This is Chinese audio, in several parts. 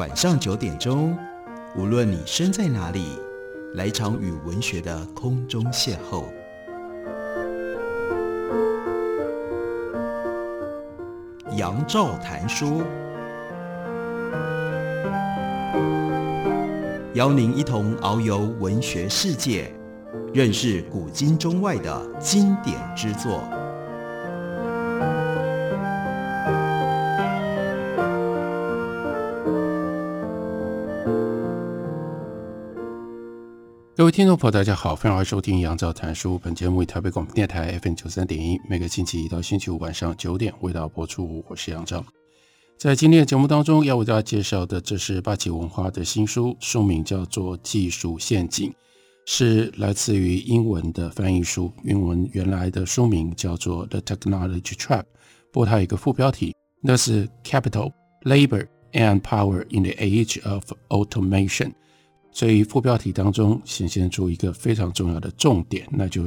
晚上9点钟，无论你身在哪里，来一场与文学的空中邂逅。杨照谈书，邀您一同遨游文学世界，认识古今中外的经典之作。 各位听众朋友大家好，非常欢迎收听杨照谈书，本节目以台北广播电台 FM93.1 每个星期一到星期五晚上9点为大家播出，我是杨照。在今天的节目当中要为大家介绍的，这是八旗文化的新书，书名叫做技术陷阱，是来自于英文的翻译书，英文原来的书名叫做 The Technology Trap， 不过它有一个副标题，那是 Capital, Labor and Power in the Age of Automation，所以副标题当中显现出一个非常重要的重点，那就是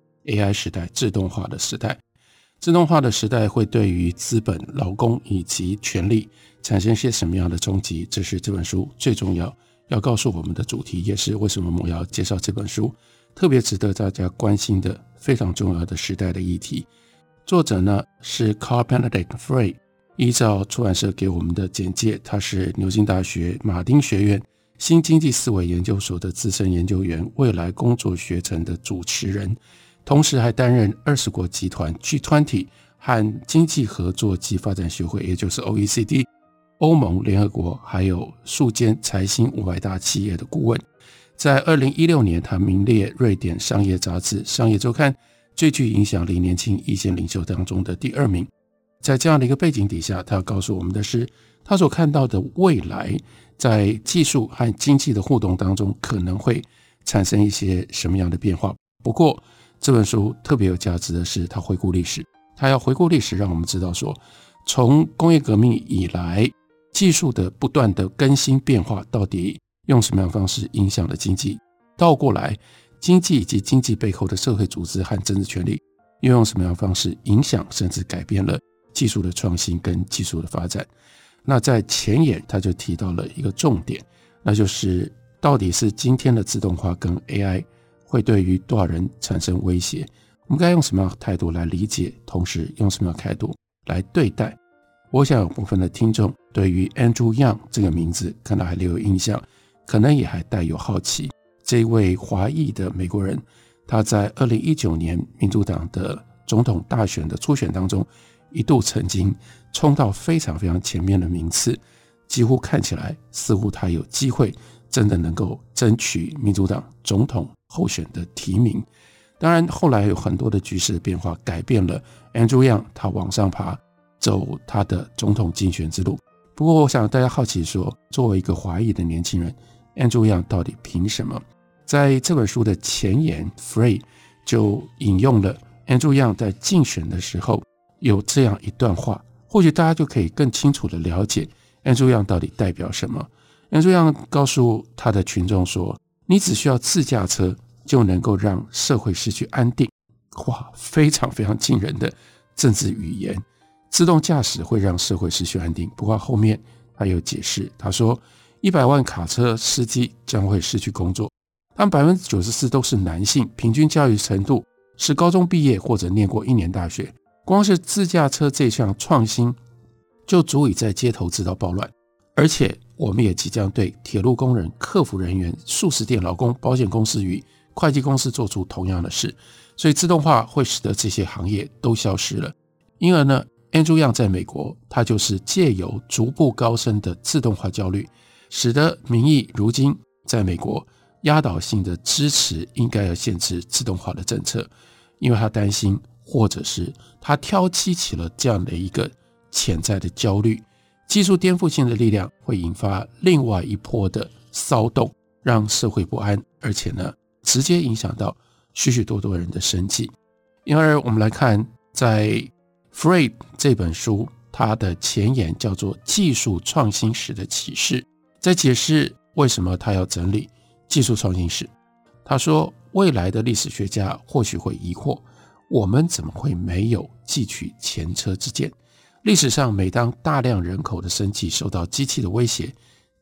AI 时代，自动化的时代。自动化的时代会对于资本、劳工以及权力产生些什么样的冲击，这是这本书最重要要告诉我们的主题，也是为什么我要介绍这本书特别值得大家关心的非常重要的时代的议题。作者呢是 Carl Benedict Frey， 依照出版社给我们的简介，他是牛津大学马丁学院新经济思维研究所的资深研究员，未来工作学程的主持人，同时还担任20国集团 G20 和经济合作及发展学会，也就是 OECD、 欧盟、联合国还有数间财新500大企业的顾问。在2016年他名列瑞典商业杂志商业周刊最具影响力年轻意见领袖当中的第2名。在这样的一个背景底下，他要告诉我们的是他所看到的未来在技术和经济的互动当中可能会产生一些什么样的变化。不过这本书特别有价值的是他回顾历史，他要回顾历史，让我们知道说从工业革命以来技术的不断的更新变化到底用什么样的方式影响了经济，倒过来经济以及经济背后的社会组织和政治权力又用什么样的方式影响甚至改变了技术的创新跟技术的发展。那在前言他就提到了一个重点，那就是到底是今天的自动化跟 AI 会对于多少人产生威胁，我们该用什么样的态度来理解，同时用什么样的态度来对待。我想有部分的听众对于 Andrew Yang 这个名字可能还留有印象，可能也还带有好奇。这位华裔的美国人，他在2019年民主党的总统大选的初选当中一度曾经冲到非常非常前面的名次，几乎看起来似乎他有机会真的能够争取民主党总统候选的提名。当然后来有很多的局势的变化改变了 Andrew Yang 他往上爬走他的总统竞选之路。不过我想大家好奇说，作为一个华裔的年轻人， Andrew Yang 到底凭什么？在这本书的前言 Frey 就引用了 Andrew Yang 在竞选的时候有这样一段话，或许大家就可以更清楚的了解 Andrew Yang 到底代表什么。 Andrew Yang 告诉他的群众说，你只需要自驾车就能够让社会失去安定。哇，非常非常惊人的政治语言。自动驾驶会让社会失去安定，不过后面他有解释，他说100万卡车司机将会失去工作，他们 94% 都是男性，平均教育程度是高中毕业或者念过1年大学。光是自驾车这项创新就足以在街头制造暴乱，而且我们也即将对铁路工人、客服人员、速食店劳工、保险公司与会计公司做出同样的事，所以自动化会使得这些行业都消失了。因而呢 Andrew Yang 在美国，他就是借由逐步高升的自动化焦虑，使得民意如今在美国压倒性的支持应该要限制自动化的政策，因为他担心或者是他挑起起了这样的一个潜在的焦虑，技术颠覆性的力量会引发另外一波的骚动，让社会不安，而且呢直接影响到许许多多人的生计。因而我们来看在 Frey 这本书，它的前言叫做技术创新史的启示，在解释为什么他要整理技术创新史。他说未来的历史学家或许会疑惑，我们怎么会没有汲取前车之鉴？历史上每当大量人口的生计受到机器的威胁，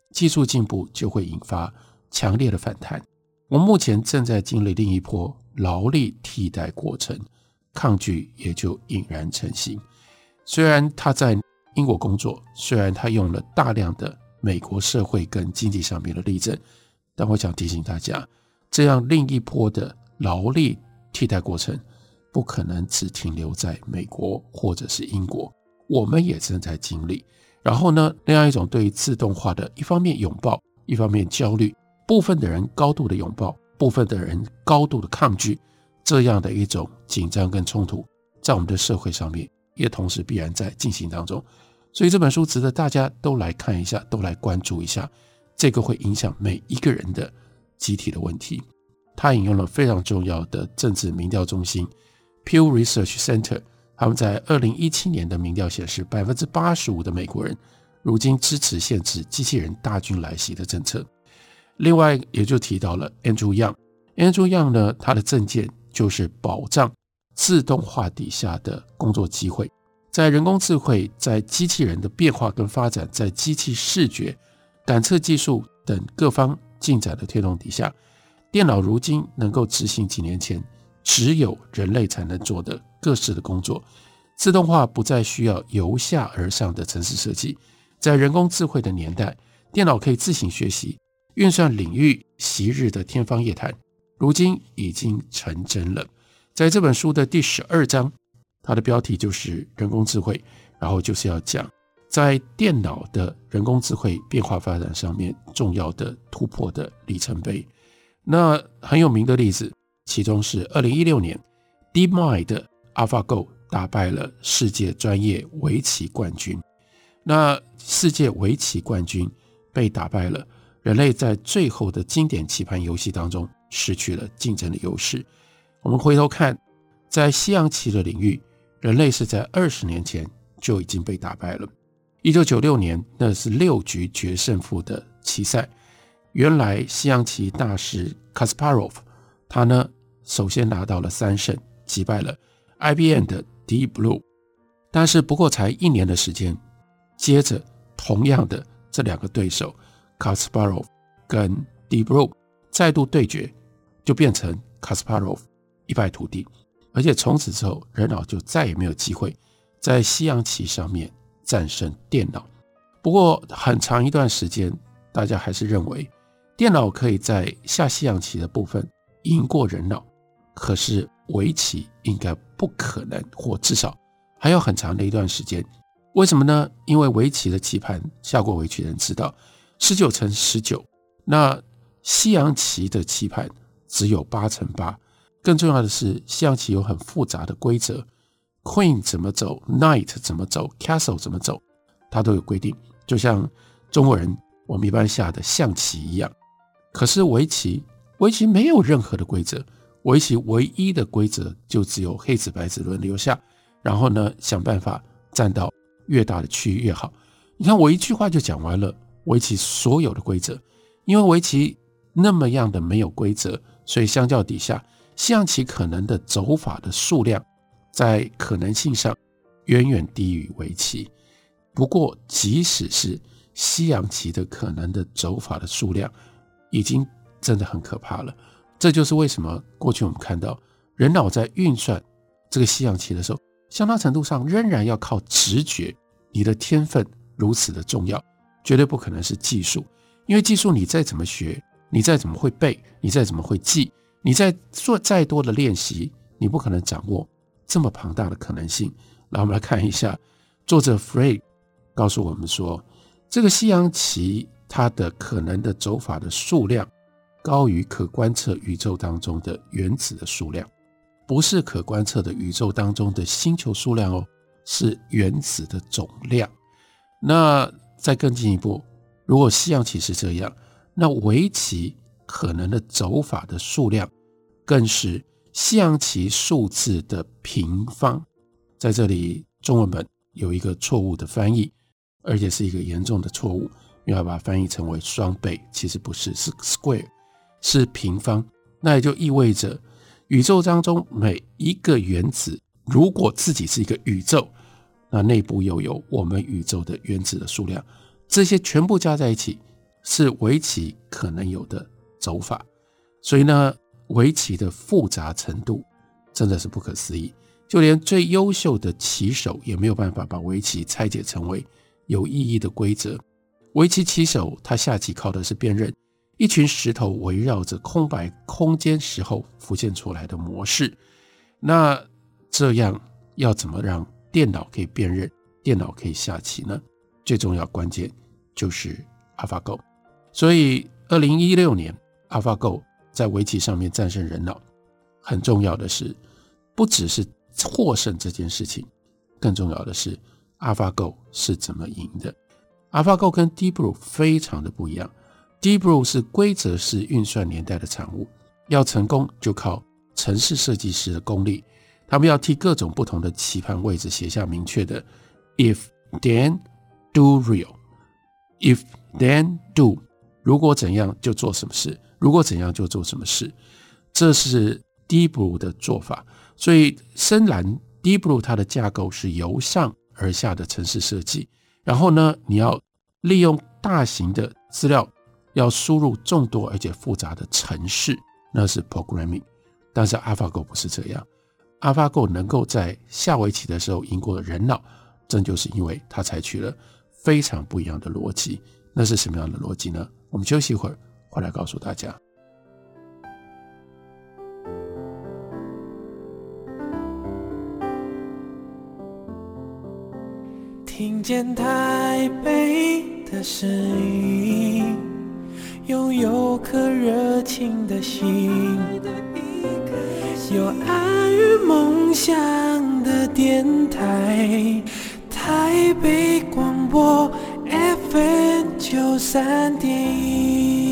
技术进步就会引发强烈的反弹。我们目前正在经历另一波劳力替代过程，抗拒也就引然成型。虽然他在英国工作，虽然他用了大量的美国社会跟经济上面的例证，但我想提醒大家，这样另一波的劳力替代过程不可能只停留在美国或者是英国，我们也正在经历。然后呢，另外一种对于自动化的一方面拥抱，一方面焦虑，部分的人高度的拥抱，部分的人高度的抗拒，这样的一种紧张跟冲突，在我们的社会上面也同时必然在进行当中。所以这本书值得大家都来看一下，都来关注一下，这个会影响每一个人的集体的问题。他引用了非常重要的政治民调中心 Pew Research Center， 他们在2017年的民调显示 85% 的美国人如今支持限制机器人大军来袭的政策。另外也就提到了 Andrew Young 呢，他的政见就是保障自动化底下的工作机会。在人工智慧，在机器人的变化跟发展，在机器视觉、感测技术等各方进展的推动底下，电脑如今能够执行几年前只有人类才能做的各式的工作。自动化不再需要由下而上的程式设计，在人工智慧的年代，电脑可以自行学习，运算领域昔日的天方夜谭，如今已经成真了。在这本书的第12章，它的标题就是人工智慧，然后就是要讲在电脑的人工智慧变化发展上面重要的突破的里程碑。那很有名的例子，其中是2016年 DeepMind 的 AlphaGo 打败了世界专业围棋冠军。那世界围棋冠军被打败了，人类在最后的经典棋盘游戏当中失去了竞争的优势。我们回头看，在西洋棋的领域，人类是在20年前就已经被打败了。1996年，那是6局决胜负的棋赛，原来西洋棋大师 Kasparov 他呢首先拿到了3胜，击败了 IBM 的 Deep Blue， 但是不过才1年的时间，接着同样的这2个对手 Kasparov 跟 Deep Blue 再度对决，就变成 Kasparov 一败涂地，而且从此之后，人脑就再也没有机会在西洋棋上面战胜电脑。不过很长一段时间，大家还是认为电脑可以在下西洋棋的部分赢过人脑，可是围棋应该不可能，或至少还有很长的一段时间。为什么呢？因为围棋的棋盘，下过围棋的人知道 19×19， 那西洋棋的棋盘只有8×8。更重要的是，西洋棋有很复杂的规则， Queen 怎么走， Knight 怎么走， Castle 怎么走，它都有规定，就像中国人我们一般下的象棋一样。可是围棋没有任何的规则，围棋唯一的规则就只有黑子白子轮流下，然后呢想办法占到越大的区域越好。你看我一句话就讲完了围棋所有的规则。因为围棋那么样的没有规则，所以相较底下，西洋棋可能的走法的数量在可能性上远远低于围棋。不过即使是西洋棋的可能的走法的数量已经真的很可怕了。这就是为什么过去我们看到人脑在运算这个西洋棋的时候，相当程度上仍然要靠直觉，你的天分如此的重要，绝对不可能是技术。因为技术你再怎么学，你再怎么会背，你再怎么会记，你再做再多的练习，你不可能掌握这么庞大的可能性。来，我们来看一下作者 Frey 告诉我们说，这个西洋棋它的可能的走法的数量高于可观测宇宙当中的原子的数量，不是可观测的宇宙当中的星球数量哦，是原子的总量。那再更进一步，如果西洋棋是这样，那围棋可能的走法的数量更是西洋棋数字的平方。在这里中文本有一个错误的翻译，而且是一个严重的错误，因为要把它翻译成为双倍，其实不是，是 square， 是平方。那也就意味着宇宙当中每一个原子如果自己是一个宇宙，那内部又有我们宇宙的原子的数量，这些全部加在一起是围棋可能有的走法。所以呢，围棋的复杂程度真的是不可思议，就连最优秀的棋手也没有办法把围棋拆解成为有意义的规则。围棋棋手他下棋靠的是辨认一群石头围绕着空白空间时候浮现出来的模式。那这样要怎么让电脑可以辨认，电脑可以下棋呢？最重要关键就是 AlphaGo。 所以2016年 AlphaGo 在围棋上面战胜人脑，很重要的是不只是获胜这件事情，更重要的是 AlphaGo 是怎么赢的。 AlphaGo 跟 Deep Blue 非常的不一样。 Deep Blue 是规则式运算年代的产物，要成功就靠程式设计师的功力，他们要替各种不同的棋盘位置写下明确的 if then do real， if then do， 如果怎样就做什么事，如果怎样就做什么事，这是 Deep Blue 的做法。所以深蓝 Deep Blue 它的架构是由上而下的程式设计，然后呢，你要利用大型的资料，要输入众多而且复杂的程式，那是 programming。 但是 AlphaGo 不是这样， AlphaGo 能够在下围棋的时候赢过人脑，正就是因为它采取了非常不一样的逻辑。那是什么样的逻辑呢？我们休息一会儿，回来告诉大家。 听见台北的声音，拥有颗热情的心，有爱与梦想的电台，台北广播 FM93.1。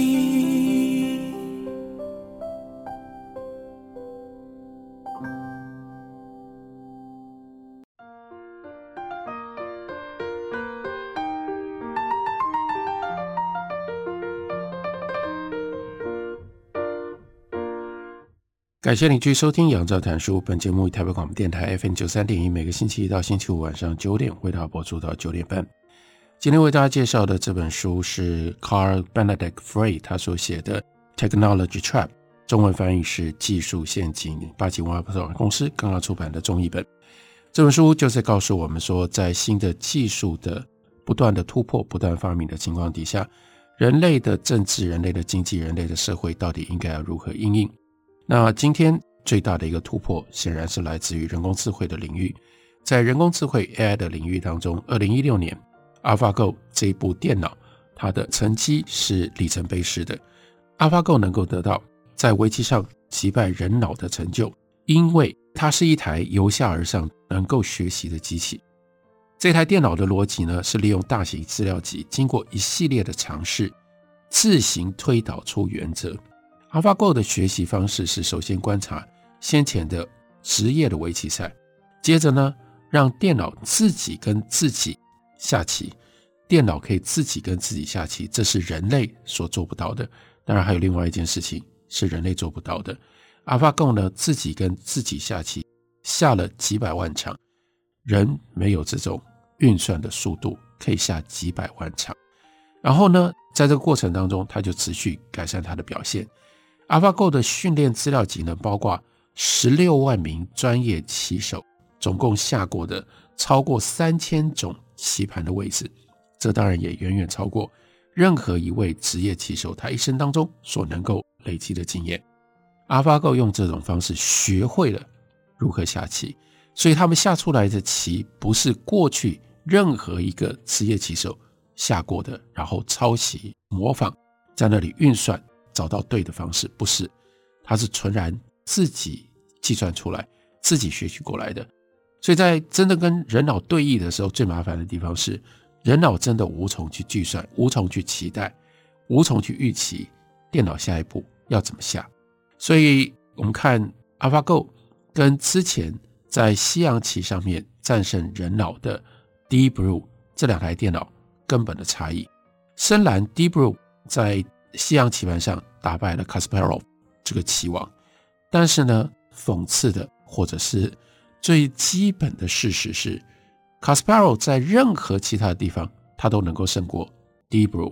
感谢你继续收听杨照谈书，本节目以台北广播电台 FM93.1 每个星期一到星期五晚上9点为大家播出到9点半。今天为大家介绍的这本书是 Carl Benedict Frey 他所写的 Technology Trap， 中文翻译是技术陷阱，八旗文化有限公司刚刚出版的中译本。这本书就是告诉我们说，在新的技术的不断的突破、不断发明的情况底下，人类的政治、人类的经济、人类的社会到底应该要如何因应。那今天最大的一个突破显然是来自于人工智慧的领域。在人工智慧 AI 的领域当中，2016年 AlphaGo 这一部电脑，它的成绩是里程碑式的。 AlphaGo 能够得到在围棋上击败人脑的成就，因为它是一台由下而上能够学习的机器。这台电脑的逻辑呢，是利用大型资料集经过一系列的尝试自行推导出原则。AlphaGo 的学习方式是首先观察先前的职业的围棋赛，接着呢，让电脑自己跟自己下棋。电脑可以自己跟自己下棋，这是人类所做不到的。当然还有另外一件事情是人类做不到的， AlphaGo 呢自己跟自己下棋，下了几百万场，人没有这种运算的速度，可以下几百万场。然后呢，在这个过程当中，他就持续改善他的表现。AlphaGo 的训练资料集呢，包括16万名专业棋手总共下过的超过3000种棋盘的位置，这当然也远远超过任何一位职业棋手他一生当中所能够累积的经验。AlphaGo 用这种方式学会了如何下棋，所以他们下出来的棋不是过去任何一个职业棋手下过的，然后抄袭模仿，在那里运算找到对的方式，不是，它是纯然自己计算出来，自己学习过来的。所以在真的跟人脑对弈的时候，最麻烦的地方是人脑真的无从去计算，无从去期待，无从去预期电脑下一步要怎么下。所以我们看 AlphaGo 跟之前在西洋棋上面战胜人脑的 Deep Blue 这两台电脑根本的差异。深蓝 Deep Blue 在西洋棋盘上打败了 Kasparov 这个棋王，但是呢，讽刺的或者是最基本的事实是 Kasparov 在任何其他的地方他都能够胜过 Deep Blue，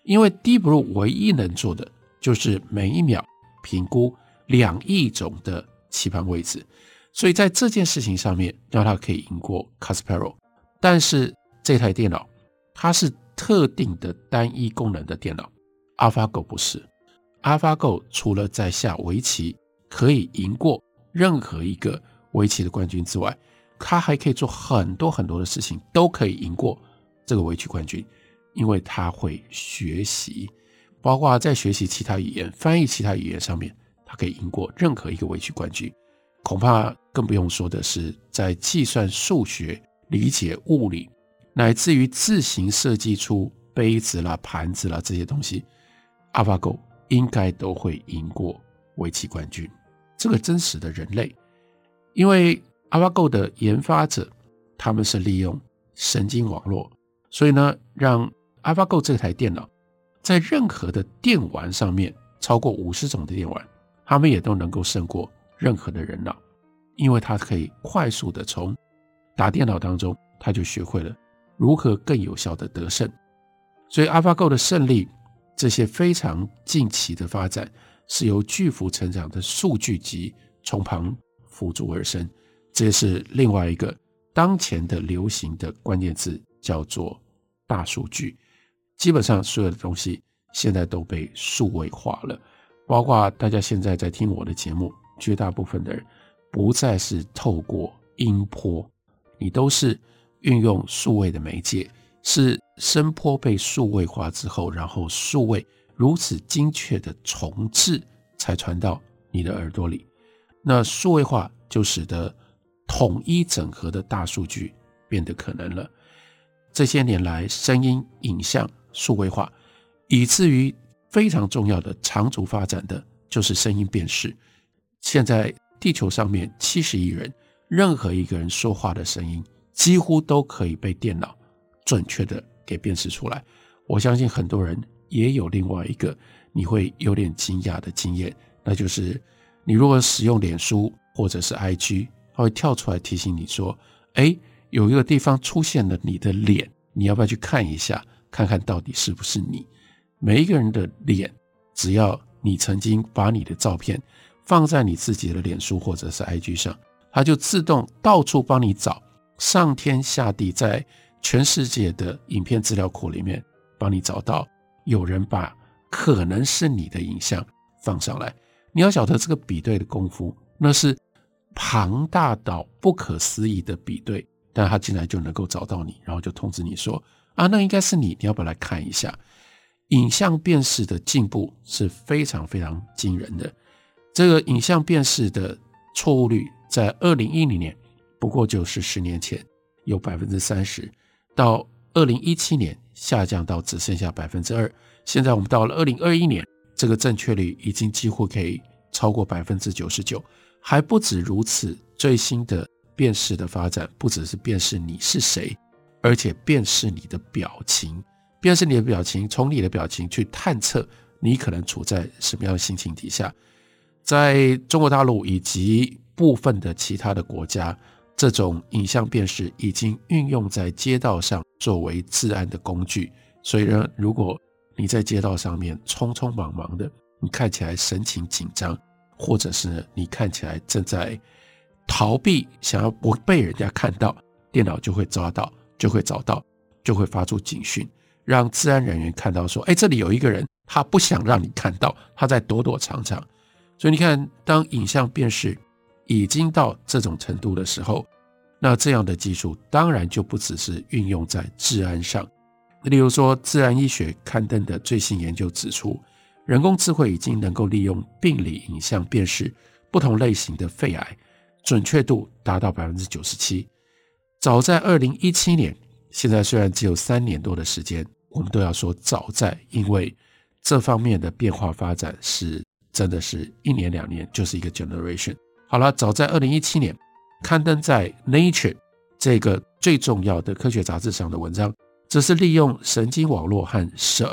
因为 Deep Blue 唯一能做的就是每一秒评估2亿种的棋盘位置，所以在这件事情上面让它可以赢过 Kasparov。 但是这台电脑它是特定的单一功能的电脑， AlphaGo 不是。 AlphaGo 除了在下围棋可以赢过任何一个围棋的冠军之外，它还可以做很多很多的事情都可以赢过这个围棋冠军，因为它会学习，包括在学习其他语言、翻译其他语言上面，它可以赢过任何一个围棋冠军。恐怕更不用说的是在计算数学、理解物理，乃至于自行设计出杯子啦、盘子啦这些东西， AlphaGo 应该都会赢过围棋冠军。这个真实的人类，因为 AlphaGo 的研发者他们是利用神经网络，所以呢，让 AlphaGo 这台电脑在任何的电玩上面，超过50种的电玩，他们也都能够胜过任何的人脑，因为他可以快速的从打电脑当中，他就学会了如何更有效的得胜。所以 AlphaGo 的胜利，这些非常近期的发展，是由巨幅成长的数据集从旁辅助而生。这也是另外一个当前的流行的关键字，叫做大数据。基本上所有的东西现在都被数位化了，包括大家现在在听我的节目，绝大部分的人不再是透过音波，你都是运用数位的媒介，是声波被数位化之后，然后数位如此精确的重制才传到你的耳朵里。那数位化就使得统一整合的大数据变得可能了。这些年来，声音、影像数位化，以至于非常重要的长足发展的就是声音辨识。现在地球上面70亿人，任何一个人说话的声音几乎都可以被电脑准确的给辨识出来。我相信很多人也有另外一个你会有点惊讶的经验，那就是你如果使用脸书或者是 IG， 它会跳出来提醒你说，有一个地方出现了你的脸，你要不要去看一下，看看到底是不是你。每一个人的脸，只要你曾经把你的照片放在你自己的脸书或者是 IG 上，它就自动到处帮你找，上天下地，在全世界的影片资料库里面帮你找到有人把可能是你的影像放上来。你要晓得这个比对的功夫，那是庞大到不可思议的比对，但他进来就能够找到你，然后就通知你说那应该是你，你要不要来看一下。影像辨识的进步是非常非常惊人的。这个影像辨识的错误率在2010年不过就是10年前有 30%， 到2017年下降到只剩下 2%， 现在我们到了2021年，这个正确率已经几乎可以超过 99%。 还不止如此，最新的辨识的发展不只是辨识你是谁，而且辨识你的表情，辨识你的表情，从你的表情去探测你可能处在什么样的心情底下。在中国大陆以及部分的其他的国家，这种影像辨识已经运用在街道上作为治安的工具。所以呢，如果你在街道上面匆匆忙忙的，你看起来神情紧张，或者是你看起来正在逃避，想要不被人家看到，电脑就会抓到，就会找到，就会发出警讯，让治安人员看到说，这里有一个人，他不想让你看到，他在躲躲藏藏。所以你看，当影像辨识已经到这种程度的时候，那这样的技术当然就不只是运用在治安上。例如说，自然医学刊登的最新研究指出，人工智慧已经能够利用病理影像辨识不同类型的肺癌，准确度达到 97%。 早在2017年，现在虽然只有3年多的时间，我们都要说早在，因为这方面的变化发展是真的是1年2年就是一个 generation。 好了，早在2017年刊登在 Nature 这个最重要的科学杂志上的文章，这是利用神经网络和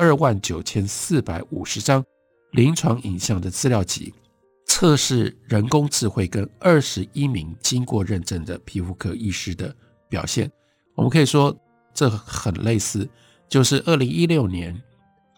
129450张临床影像的资料集，测试人工智慧跟21名经过认证的皮肤科医师的表现。我们可以说这很类似，就是2016年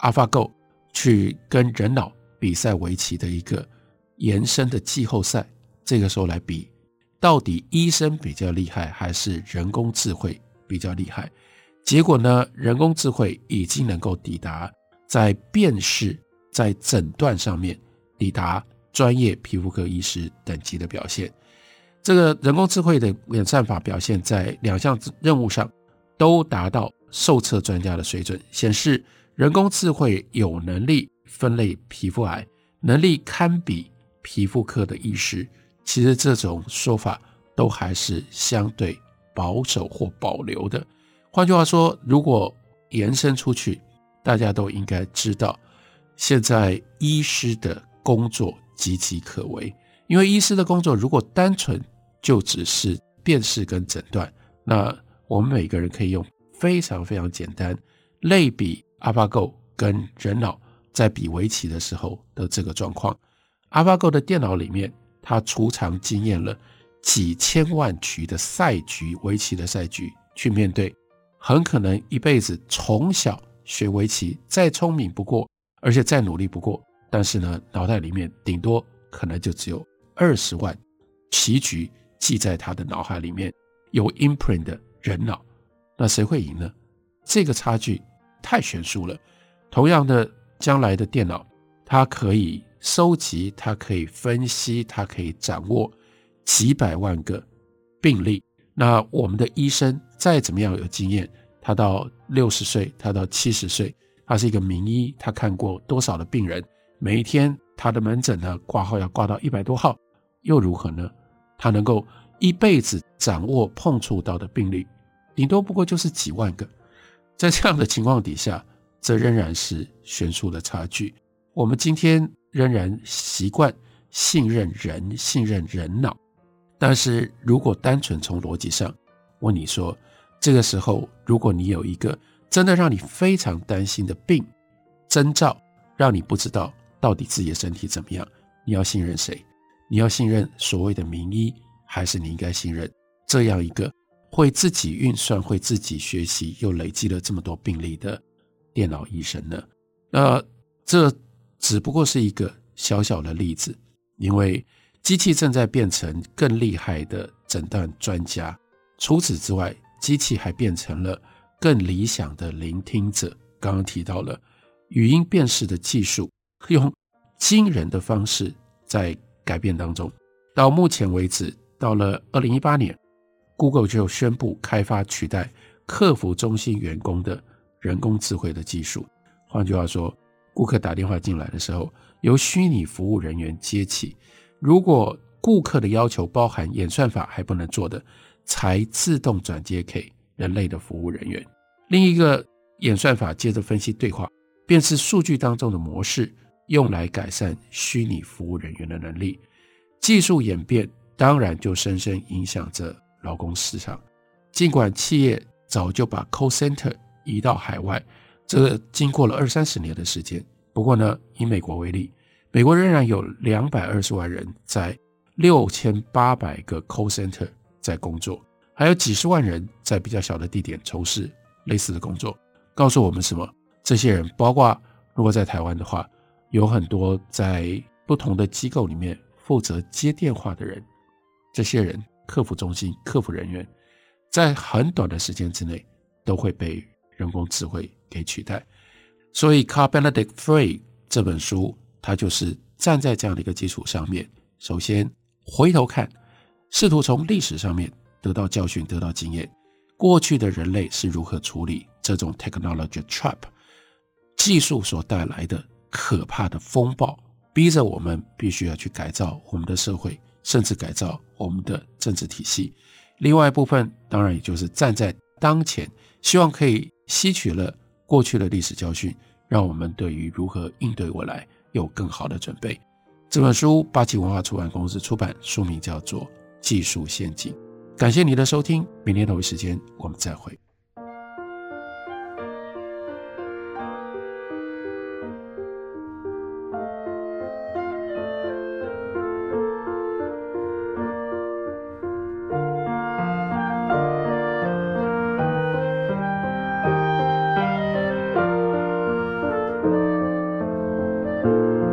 AlphaGo 去跟人脑比赛围棋的一个延伸的季后赛，这个时候来比到底医生比较厉害还是人工智慧比较厉害。结果呢，人工智慧已经能够抵达在辨识在诊断上面抵达专业皮肤科医师等级的表现。这个人工智慧的演算法表现在2项任务上都达到受测专家的水准，显示人工智慧有能力分类皮肤癌，能力堪比皮肤科的医师。其实这种说法都还是相对保守或保留的。换句话说，如果延伸出去，大家都应该知道现在医师的工作岌岌可危。因为医师的工作如果单纯就只是辨识跟诊断，那我们每个人可以用非常非常简单类比 AlphaGo 跟人脑在比围棋的时候的这个状况。 AlphaGo 的电脑里面，它储藏经验了几千万局的赛局，围棋的赛局，去面对很可能一辈子从小学围棋再聪明不过，而且再努力不过，但是呢，脑袋里面顶多可能就只有20万棋局记在他的脑海里面，有 imprint 的人脑，那谁会赢呢？这个差距太悬殊了。同样的，将来的电脑，它可以收集，它可以分析，它可以掌握几百万个病例。那我们的医生再怎么样有经验，他到60岁，他到70岁，他是一个名医，他看过多少的病人，每一天他的门诊呢挂号要挂到100多号，又如何呢？他能够一辈子掌握碰触到的病例，顶多不过就是几万个。在这样的情况底下，这仍然是悬殊的差距。我们今天仍然习惯信任人，信任人脑，但是如果单纯从逻辑上问你说，这个时候如果你有一个真的让你非常担心的病征兆，让你不知道到底自己的身体怎么样，你要信任谁？你要信任所谓的名医，还是你应该信任这样一个会自己运算，会自己学习，又累积了这么多病例的电脑医生呢？这只不过是一个小小的例子，因为机器正在变成更厉害的诊断专家。除此之外，机器还变成了更理想的聆听者。刚刚提到了语音辨识的技术，用惊人的方式在改变当中。到目前为止，到了2018年 Google 就宣布开发取代客服中心员工的人工智慧的技术。换句话说，顾客打电话进来的时候，由虚拟服务人员接起，如果顾客的要求包含演算法还不能做的，才自动转接给人类的服务人员。另一个演算法接着分析对话，辨识数据当中的模式，用来改善虚拟服务人员的能力。技术演变当然就深深影响着劳工市场。尽管企业早就把 call center 移到海外，这经过了20-30年的时间。不过呢，以美国为例，美国仍然有220万人在6800个 call center 在工作，还有几十万人在比较小的地点从事类似的工作。告诉我们什么？这些人包括如果在台湾的话，有很多在不同的机构里面负责接电话的人，这些人客服中心客服人员在很短的时间之内都会被人工智慧给取代。所以 Carl Benedict Frey 这本书，它就是站在这样的一个基础上面，首先回头看，试图从历史上面得到教训，得到经验，过去的人类是如何处理这种 technology trap 技术所带来的可怕的风暴，逼着我们必须要去改造我们的社会，甚至改造我们的政治体系。另外一部分当然也就是站在当前，希望可以吸取了过去的历史教训，让我们对于如何应对未来有更好的准备。这本书八旗文化出版公司出版，书名叫做《技术陷阱》。感谢你的收听，明天同一时间我们再会。 你。